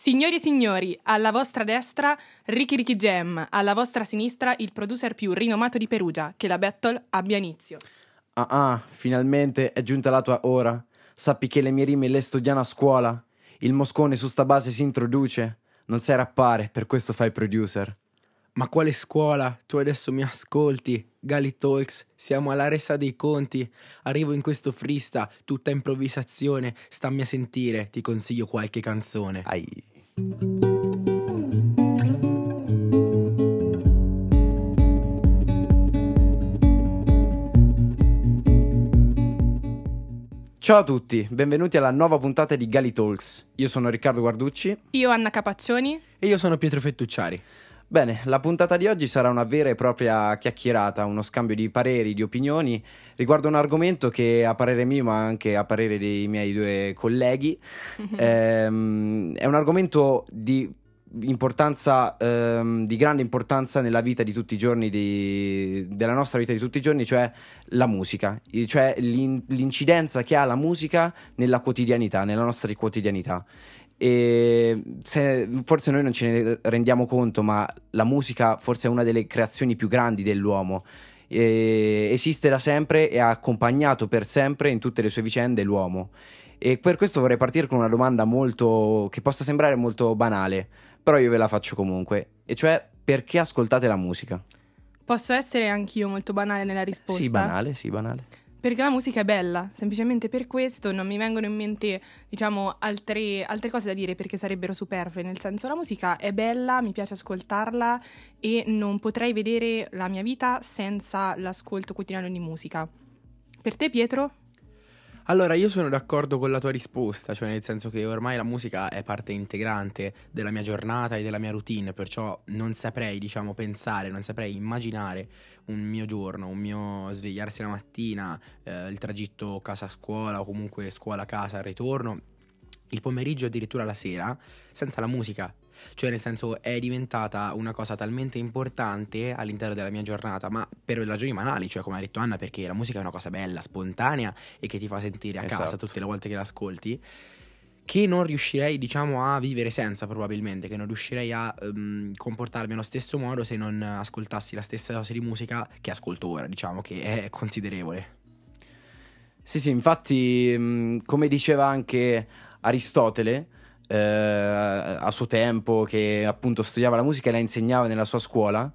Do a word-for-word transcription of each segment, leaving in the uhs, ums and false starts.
Signori e signori, alla vostra destra Ricky Ricky Jam, alla vostra sinistra il producer più rinomato di Perugia. Che la battle abbia inizio. Ah ah, finalmente è giunta la tua ora. Sappi che le mie rime le studiano a scuola. Il moscone su sta base si introduce. Non sai rappare, per questo fai producer. Ma quale scuola? Tu adesso mi ascolti? Gali Talks, siamo alla resa dei conti. Arrivo in questo freestyle, tutta improvvisazione. Stammi a sentire, ti consiglio qualche canzone. Ai. Ciao a tutti, benvenuti alla nuova puntata di Gali Talks. Io sono Riccardo Guarducci. Io Anna Capaccioni. E io sono Pietro Fettucciari. Bene, la puntata di oggi sarà una vera e propria chiacchierata, uno scambio di pareri, di opinioni riguardo un argomento che a parere mio ma anche a parere dei miei due colleghi ehm, è un argomento di importanza, ehm, di grande importanza nella vita di tutti i giorni, di, della nostra vita di tutti i giorni, cioè la musica, cioè l'in, l'incidenza che ha la musica nella quotidianità, nella nostra quotidianità. E se, forse noi non ce ne rendiamo conto, ma la musica forse è una delle creazioni più grandi dell'uomo. E, esiste da sempre e ha accompagnato per sempre in tutte le sue vicende l'uomo. E per questo vorrei partire con una domanda molto che possa sembrare molto banale, però io ve la faccio comunque, e cioè: perché ascoltate la musica? Posso essere anch'io molto banale nella risposta? Sì, banale, sì, banale. Perché la musica è bella, semplicemente per questo. Non mi vengono in mente, diciamo, altre, altre cose da dire perché sarebbero superflue, nel senso, la musica è bella, mi piace ascoltarla e non potrei vedere la mia vita senza l'ascolto quotidiano di musica. Per te, Pietro? Allora, io sono d'accordo con la tua risposta, cioè nel senso che ormai la musica è parte integrante della mia giornata e della mia routine, perciò non saprei, diciamo, pensare, non saprei immaginare un mio giorno, un mio svegliarsi la mattina, eh, il tragitto casa-scuola o comunque scuola-casa, ritorno, il pomeriggio addirittura la sera, senza la musica. Cioè nel senso è diventata una cosa talmente importante all'interno della mia giornata, ma per ragioni banali, cioè come ha detto Anna, perché la musica è una cosa bella, spontanea e che ti fa sentire a Esatto. casa tutte le volte che l'ascolti, che non riuscirei, diciamo, a vivere senza, probabilmente, che non riuscirei a um, comportarmi allo stesso modo se non ascoltassi la stessa dose di musica che ascolto ora, diciamo che è considerevole. Sì, sì, infatti, mh, come diceva anche Aristotele, eh, a suo tempo, che appunto studiava la musica e la insegnava nella sua scuola,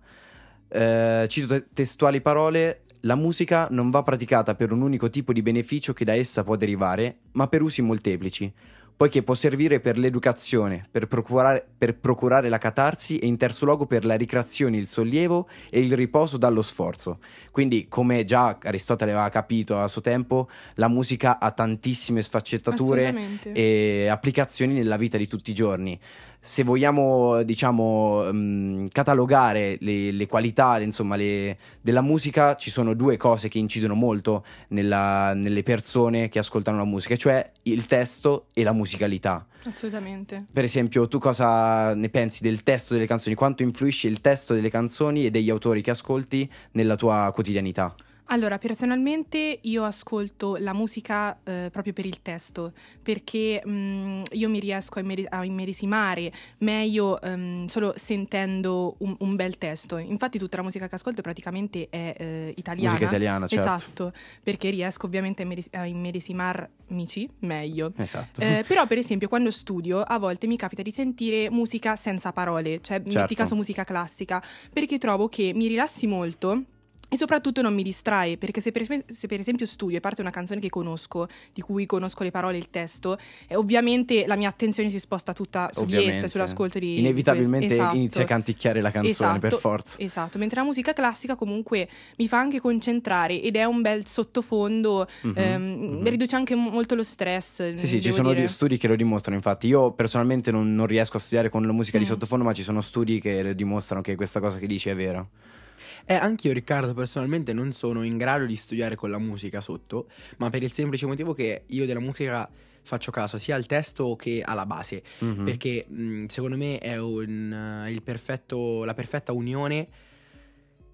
eh, cito te- testuali parole: la musica non va praticata per un unico tipo di beneficio che da essa può derivare, ma per usi molteplici, poiché può servire per l'educazione, per procurare, per procurare la catarsi e in terzo luogo per la ricreazione, il sollievo e il riposo dallo sforzo. Quindi, come già Aristotele aveva capito a suo tempo, la musica ha tantissime sfaccettature e applicazioni nella vita di tutti i giorni. Se vogliamo, diciamo, um, catalogare le, le qualità, le, insomma, le, della musica, ci sono due cose che incidono molto nella, nelle persone che ascoltano la musica, cioè il testo e la musicalità. Assolutamente. Per esempio, tu cosa ne pensi del testo delle canzoni? Quanto influisce il testo delle canzoni e degli autori che ascolti nella tua quotidianità? Allora, personalmente io ascolto la musica eh, proprio per il testo, perché mh, io mi riesco a, immeri- a immedesimare meglio um, solo sentendo un, un bel testo. Infatti tutta la musica che ascolto praticamente è eh, italiana. Musica italiana, certo. Esatto, perché riesco ovviamente a, immedes- a immedesimarmici meglio. Esatto. Eh, però per esempio quando studio a volte mi capita di sentire musica senza parole, cioè Certo. metti caso musica classica, perché trovo che mi rilassi molto. E soprattutto non mi distrae, perché se per, es- se per esempio studio e parte una canzone che conosco, di cui conosco le parole e il testo, eh, ovviamente la mia attenzione si sposta tutta su di essa, sull'ascolto di... Inevitabilmente di esatto. inizia a canticchiare la canzone, esatto, per forza. Esatto, mentre la musica classica comunque mi fa anche concentrare ed è un bel sottofondo, mm-hmm, ehm, mm-hmm. riduce anche molto lo stress. Sì, sì, ci sono dire. studi che lo dimostrano, infatti. Io personalmente non, non riesco a studiare con la musica mm. di sottofondo, ma ci sono studi che dimostrano che questa cosa che dici è vera. Eh, anch'io, Riccardo, personalmente non sono in grado di studiare con la musica sotto, ma per il semplice motivo che io della musica faccio caso sia al testo che alla base, mm-hmm. perché mh, secondo me è un, uh, il perfetto, la perfetta unione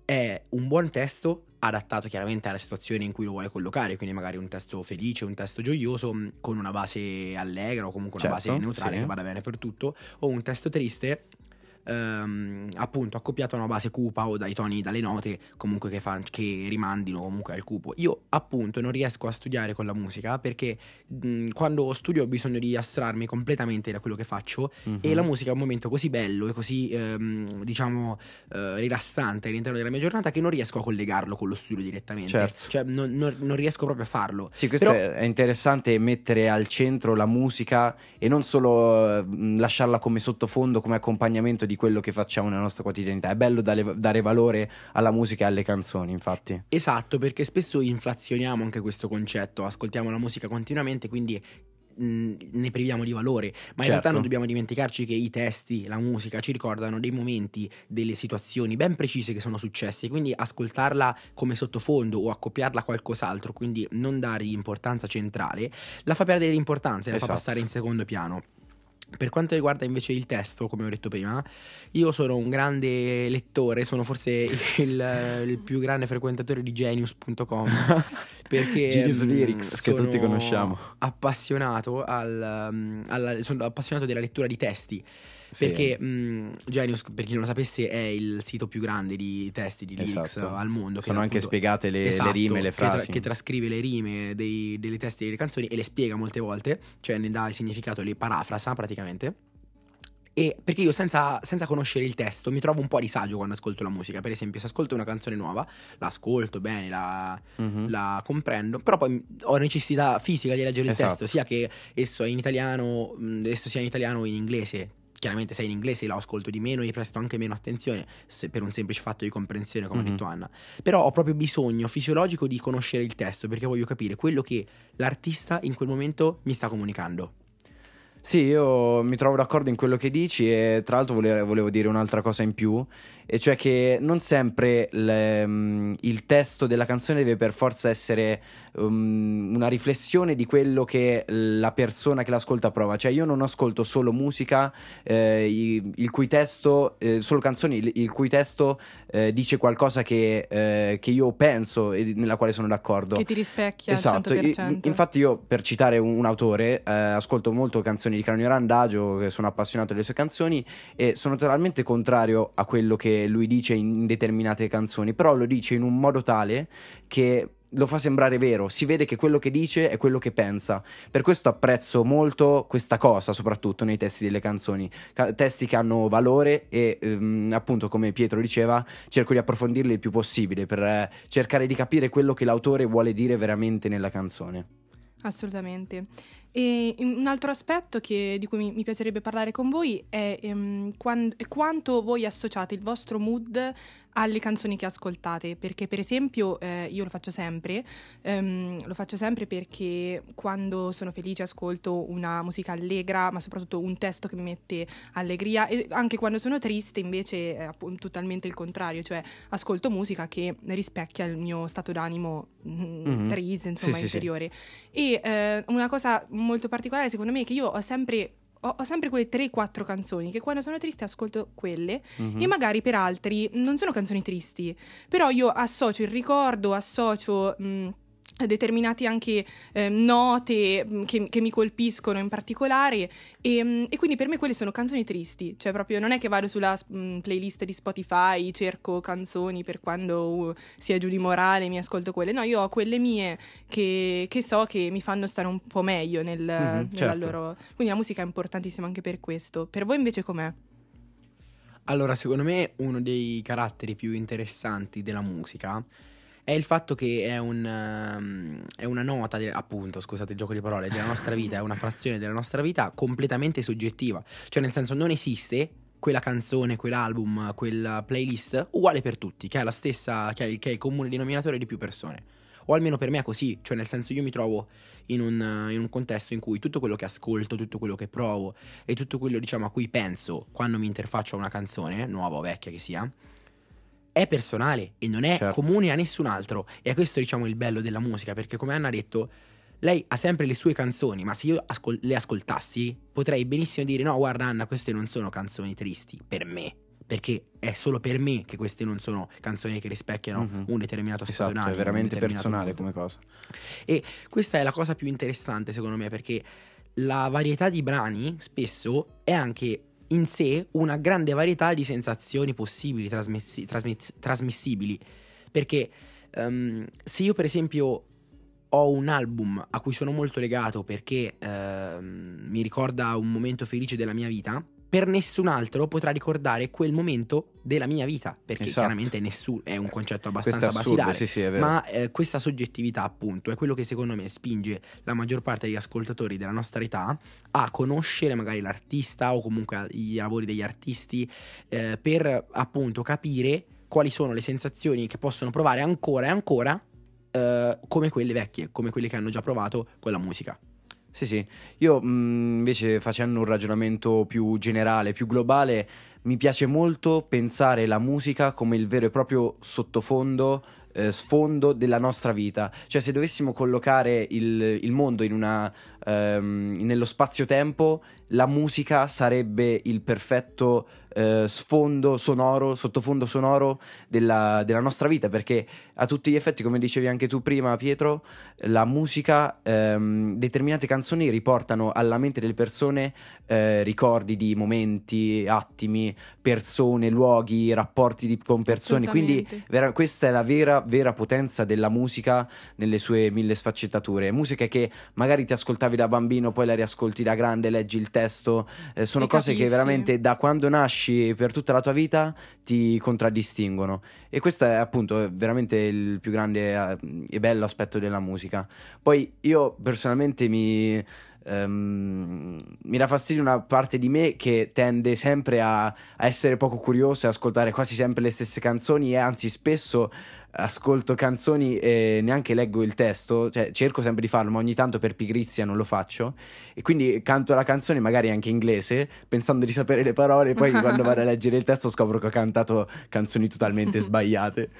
è un buon testo adattato chiaramente alla situazione in cui lo vuole collocare, quindi magari un testo felice, un testo gioioso con una base allegra o comunque una Certo, base neutrale sì. che vada bene per tutto, o un testo triste ehm, appunto accoppiato a una base cupa o dai toni, dalle note comunque che, fa, che rimandino comunque al cupo. Io appunto non riesco a studiare con la musica perché mh, quando studio ho bisogno di astrarmi completamente da quello che faccio, Mhm. e la musica è un momento così bello e così ehm, diciamo eh, rilassante all'interno della mia giornata che non riesco a collegarlo con lo studio direttamente. Certo. Cioè non, non- non riesco proprio a farlo. Sì, questo Però- è è interessante, mettere al centro la musica e non solo eh, mh, lasciarla come sottofondo, come accompagnamento di quello che facciamo nella nostra quotidianità. È bello dare, dare valore alla musica e alle canzoni, infatti. Esatto, perché spesso inflazioniamo anche questo concetto, ascoltiamo la musica continuamente, quindi mh, ne priviamo di valore, ma in Certo. realtà non dobbiamo dimenticarci che i testi, la musica ci ricordano dei momenti, delle situazioni ben precise che sono successe, quindi ascoltarla come sottofondo o accoppiarla a qualcos'altro, quindi non dargli importanza centrale, la fa perdere l'importanza e la Esatto. fa passare in secondo piano. Per quanto riguarda invece il testo, come ho detto prima, io sono un grande lettore, sono forse il, il più grande frequentatore di Genius punto com perché Genius mh, Lyrics, che sono tutti conosciamo. appassionato al, um, alla- sono appassionato della lettura di testi. Sì. Perché mh, Genius, per chi non lo sapesse, è il sito più grande di testi, di lyrics Esatto. al mondo. Sono che anche appunto- spiegate le, le Esatto, rime, le che tra- frasi. Che, trascrive le rime dei, delle testi delle canzoni e le spiega molte volte, cioè ne dà il significato, le parafrasa praticamente. E perché io senza, senza conoscere il testo mi trovo un po' a disagio quando ascolto la musica. Per esempio, se ascolto una canzone nuova, la ascolto bene, la, Mhm. la comprendo, però poi ho necessità fisica di leggere il Esatto. testo, sia che esso è in italiano, mh, esso sia in italiano o in inglese. Chiaramente se è in inglese lo ascolto di meno e presto anche meno attenzione, se per un semplice fatto di comprensione, come Mhm. ha detto Anna. Però ho proprio bisogno fisiologico di conoscere il testo, perché voglio capire quello che l'artista in quel momento mi sta comunicando. Sì, io mi trovo d'accordo in quello che dici e tra l'altro volevo, volevo dire un'altra cosa in più, e cioè che non sempre le- mm, il testo della canzone deve per forza essere um, una riflessione di quello che la persona che l'ascolta prova. Cioè io non ascolto solo musica eh, i- il cui testo, eh, solo canzoni il, il cui testo eh, dice qualcosa che, eh, che io penso e nella quale sono d'accordo. Che ti rispecchia Esatto, al cento per cento. i- infatti io, per citare un, un autore, eh, ascolto molto canzoni di Cranio Randagio, che sono appassionato delle sue canzoni e sono totalmente contrario a quello che lui dice in determinate canzoni, però lo dice in un modo tale che lo fa sembrare vero, si vede che quello che dice è quello che pensa. Per questo apprezzo molto questa cosa, soprattutto nei testi delle canzoni, Ca- testi che hanno valore e ehm, appunto, come Pietro diceva, cerco di approfondirli il più possibile per eh, cercare di capire quello che l'autore vuole dire veramente nella canzone. Assolutamente. E un altro aspetto che- di cui mi, mi piacerebbe parlare con voi è, ehm, quan- è quanto voi associate il vostro mood alle canzoni che ascoltate, perché per esempio eh, io lo faccio sempre, ehm, lo faccio sempre perché quando sono felice ascolto una musica allegra, ma soprattutto un testo che mi mette allegria, e anche quando sono triste invece è appunto totalmente il contrario, cioè ascolto musica che rispecchia il mio stato d'animo mm, Mhm. triste, insomma, Sì, sì, sì. interiore. E eh, una cosa molto particolare secondo me è che io ho sempre ho, ho sempre quelle tre quattro canzoni che quando sono triste ascolto quelle, Mhm. e magari per altri non sono canzoni tristi, però io associo il ricordo, associo mh, determinati anche eh, note mh, che, che mi colpiscono in particolare, e, mh, e quindi per me quelle sono canzoni tristi, cioè proprio non è che vado sulla mh, playlist di Spotify, cerco canzoni per quando uh, si è giù di morale, mi ascolto quelle, no, io ho quelle mie che, che so che mi fanno stare un po' meglio nel, nella certo. loro... Quindi la musica è importantissima anche per questo. Per voi invece com'è? Allora, secondo me uno dei caratteri più interessanti della musica è il fatto che è un ehm, è una nota, de- appunto, scusate il gioco di parole, della nostra vita, è una frazione della nostra vita completamente soggettiva. Cioè, nel senso, non esiste quella canzone, quell'album, quella playlist uguale per tutti, che è la stessa, che è il, che è il comune denominatore di più persone. O almeno per me è così, cioè nel senso io mi trovo in un, in un contesto in cui tutto quello che ascolto, tutto quello che provo e tutto quello, diciamo, a cui penso quando mi interfaccio a una canzone, nuova o vecchia che sia, è personale e non è Certo. comune a nessun altro. E questo, diciamo, è il bello della musica, perché come Anna ha detto, lei ha sempre le sue canzoni, ma se io ascol- le ascoltassi potrei benissimo dire: no, guarda Anna, queste non sono canzoni tristi per me, perché è solo per me che queste non sono canzoni che rispecchiano Mhm. un determinato stato Esatto, d'animo, è veramente un determinato personale mood. come cosa. E questa è la cosa più interessante secondo me, perché la varietà di brani spesso è anche in sé una grande varietà di sensazioni possibili, trasmessi- trasmess- trasmissibili. Perché ehm, se io per esempio ho un album a cui sono molto legato perché ehm, mi ricorda un momento felice della mia vita, per nessun altro potrà ricordare quel momento della mia vita, perché Esatto. chiaramente nessuno è un concetto Questo è abbastanza assurdo, basilare. sì sì, è vero. Ma eh, questa soggettività appunto è quello che secondo me spinge la maggior parte degli ascoltatori della nostra età a conoscere magari l'artista o comunque i lavori degli artisti eh, per appunto capire quali sono le sensazioni che possono provare ancora e ancora eh, come quelle vecchie, come quelle che hanno già provato con la musica. Sì, sì. Io mh, invece facendo un ragionamento più generale, più globale, mi piace molto pensare la musica come il vero e proprio sottofondo, eh, sfondo della nostra vita. Cioè se dovessimo collocare il, il mondo in una, ehm, nello spazio-tempo, la musica sarebbe il perfetto eh, sfondo sonoro, sottofondo sonoro della, della nostra vita, perché a tutti gli effetti, come dicevi anche tu prima, Pietro, la musica, ehm, determinate canzoni riportano alla mente delle persone eh, ricordi di momenti, attimi, persone, luoghi, rapporti di- con persone. Quindi Assolutamente. vera- questa è la vera, vera potenza della musica nelle sue mille sfaccettature. Musica che magari ti ascoltavi da bambino, poi la riascolti da grande, leggi il testo. Eh, sono E cose che capisci. veramente da quando nasci per tutta la tua vita ti contraddistinguono. E questo è appunto veramente il più grande eh, e bello aspetto della musica. Poi io personalmente mi, ehm, mi dà fastidio una parte di me che tende sempre a, a essere poco curioso e ascoltare quasi sempre le stesse canzoni, e anzi spesso ascolto canzoni e neanche leggo il testo, cioè cerco sempre di farlo, ma ogni tanto per pigrizia non lo faccio, e quindi canto la canzone magari anche in inglese pensando di sapere le parole, poi quando vado a leggere il testo scopro che ho cantato canzoni totalmente sbagliate.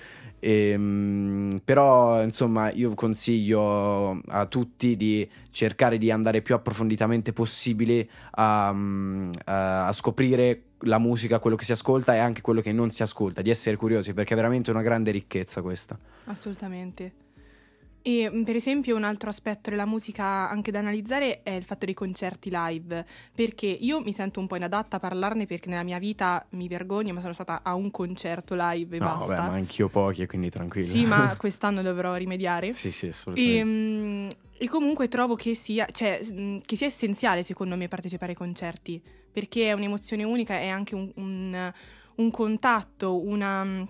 Ehm, però insomma io consiglio a tutti di cercare di andare più approfonditamente possibile a, mm, a- a scoprire la musica, quello che si ascolta e anche quello che non si ascolta, di essere curiosi, perché è veramente una grande ricchezza questa. Assolutamente. E mh, per esempio un altro aspetto della musica anche da analizzare è il fatto dei concerti live, perché io mi sento un po' inadatta a parlarne perché nella mia vita mi vergogno, ma sono stata a un concerto live e No, basta. vabbè, ma anch'io pochi, e quindi tranquillo. Sì, ma quest'anno dovrò rimediare. Sì, sì, E, assolutamente. mh, e comunque trovo che sia, cioè, mh, che sia essenziale secondo me partecipare ai concerti, perché è un'emozione unica, è anche un, un- un contatto, una, mh,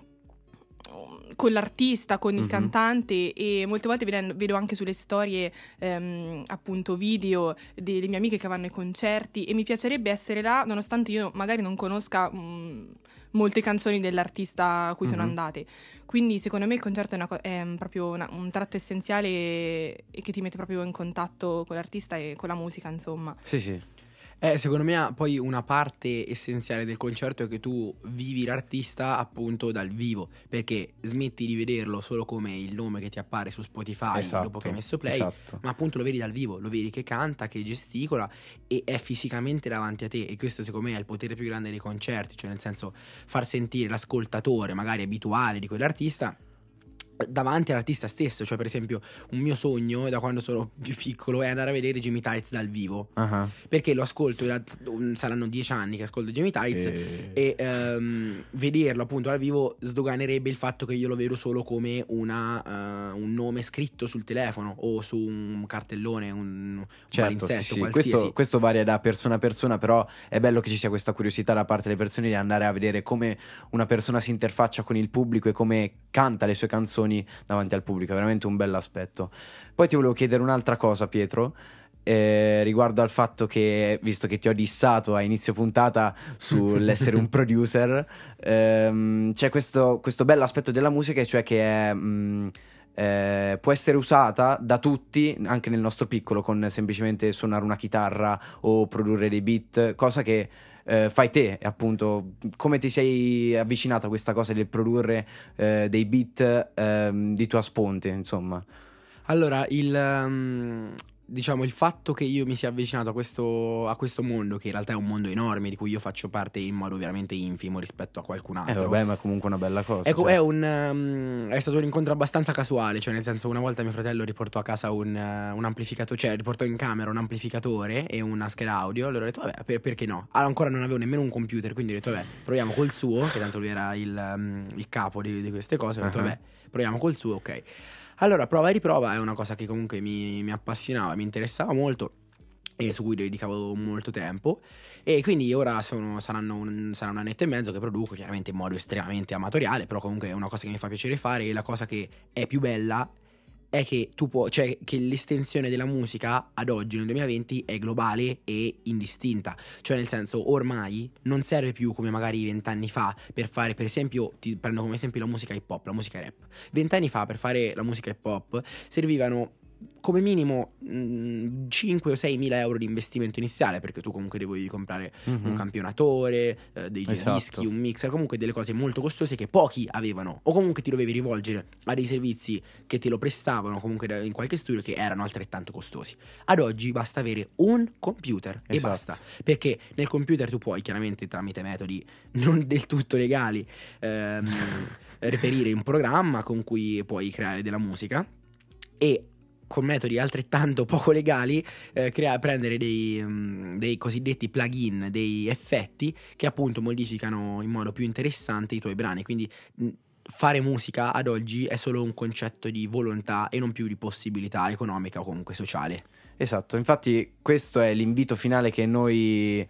con l'artista, con il Mhm. cantante, e molte volte vedo, vedo anche sulle storie ehm, appunto video delle mie amiche che vanno ai concerti, e mi piacerebbe essere là nonostante io magari non conosca mh, molte canzoni dell'artista a cui sono Mhm. andate. Quindi secondo me il concerto è, una co- è proprio una- un tratto essenziale e, e che ti mette proprio in contatto con l'artista e con la musica, insomma. Sì, sì. Eh, secondo me ah, poi una parte essenziale del concerto è che tu vivi l'artista appunto dal vivo, perché smetti di vederlo solo come il nome che ti appare su Spotify Esatto, dopo che hai messo play, esatto. ma appunto lo vedi dal vivo, lo vedi che canta, che gesticola e è fisicamente davanti a te, e questo secondo me è il potere più grande dei concerti, cioè nel senso far sentire l'ascoltatore magari abituale di quell'artista davanti all'artista stesso. Cioè per esempio un mio sogno da quando sono più piccolo è andare a vedere Jamie Tights dal vivo, Ah, perché lo ascolto da- um, saranno dieci anni che ascolto Jamie Tights e... e ehm, vederlo appunto dal vivo sdoganerebbe il fatto che io lo vedo solo come una, eh, un nome scritto sul telefono o su un cartellone, un, un Certo, sì, palinsesto sì. qualsiasi. Questo, questo varia da persona a persona, però è bello che ci sia questa curiosità da parte delle persone di andare a vedere come una persona si interfaccia con il pubblico e come canta le sue canzoni davanti al pubblico. È veramente un bell'aspetto. Poi ti volevo chiedere un'altra cosa, Pietro, eh, riguardo al fatto che, visto che ti ho dissato a inizio puntata sull'essere un producer, ehm, c'è questo, questo bello aspetto della musica, e cioè che è... mh, eh, può essere usata da tutti, anche nel nostro piccolo, con semplicemente suonare una chitarra o produrre dei beat, cosa che eh, fai te, e appunto come ti sei avvicinata a questa cosa del produrre eh, dei beat ehm, di tua sponte, insomma. Allora, il, um, diciamo, il fatto che io mi sia avvicinato a questo, a questo mondo, che in realtà è un mondo enorme di cui io faccio parte in modo veramente infimo rispetto a qualcun Eh altro. vabbè, ma è comunque una bella cosa. Ecco, certo. è, un, um, è stato un incontro abbastanza casuale, cioè nel senso, una volta mio fratello riportò a casa un, uh, un amplificatore, cioè riportò in camera un amplificatore e una scheda audio, allora ho detto vabbè, per, perché no? Ah, ancora non avevo nemmeno un computer, quindi ho detto vabbè, proviamo col suo, che tanto lui era il, um, il capo di, di queste cose, ho detto Uh-huh. vabbè, proviamo col suo, ok. Allora, prova e riprova è una cosa che comunque mi, mi appassionava, mi interessava molto e su cui dedicavo molto tempo. E quindi ora sono, saranno un, sarà un annetto e mezzo che produco, chiaramente in modo estremamente amatoriale, però comunque è una cosa che mi fa piacere fare. E la cosa che è più bella è che tu puoi, cioè che l'estensione della musica ad oggi nel duemilaventi è globale e indistinta, cioè nel senso ormai non serve più come magari vent'anni fa per fare, per esempio, ti prendo come esempio la musica hip hop, la musica rap. Vent'anni fa per fare la musica hip hop servivano come minimo mh, cinque o sei mila euro di investimento iniziale, perché tu comunque devi comprare Mhm. un campionatore, eh, dei Esatto. dischi, un mixer, comunque delle cose molto costose che pochi avevano, o comunque ti dovevi rivolgere a dei servizi che te lo prestavano comunque da- in qualche studio, che erano altrettanto costosi. Ad oggi basta avere un computer e Esatto. basta, perché nel computer tu puoi chiaramente tramite metodi non del tutto legali ehm, reperire un programma con cui puoi creare della musica e con metodi altrettanto poco legali eh, crea- prendere dei, mm, dei cosiddetti plugin, dei effetti che appunto modificano in modo più interessante i tuoi brani. Quindi mh, fare musica ad oggi è solo un concetto di volontà e non più di possibilità economica o comunque sociale. Esatto, infatti questo è l'invito finale che noi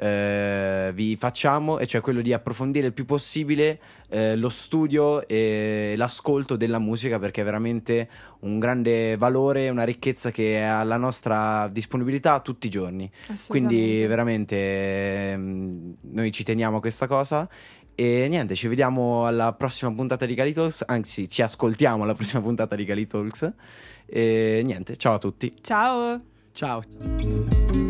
eh, vi facciamo, e cioè quello di approfondire il più possibile eh, lo studio e l'ascolto della musica, perché è veramente un grande valore, una ricchezza che è alla nostra disponibilità tutti i giorni. Quindi veramente ehm, noi ci teniamo a questa cosa. E niente, ci vediamo alla prossima puntata di Cali Talks, anzi ci ascoltiamo alla prossima puntata di Cali Talks. E niente, ciao a tutti. Ciao! Ciao!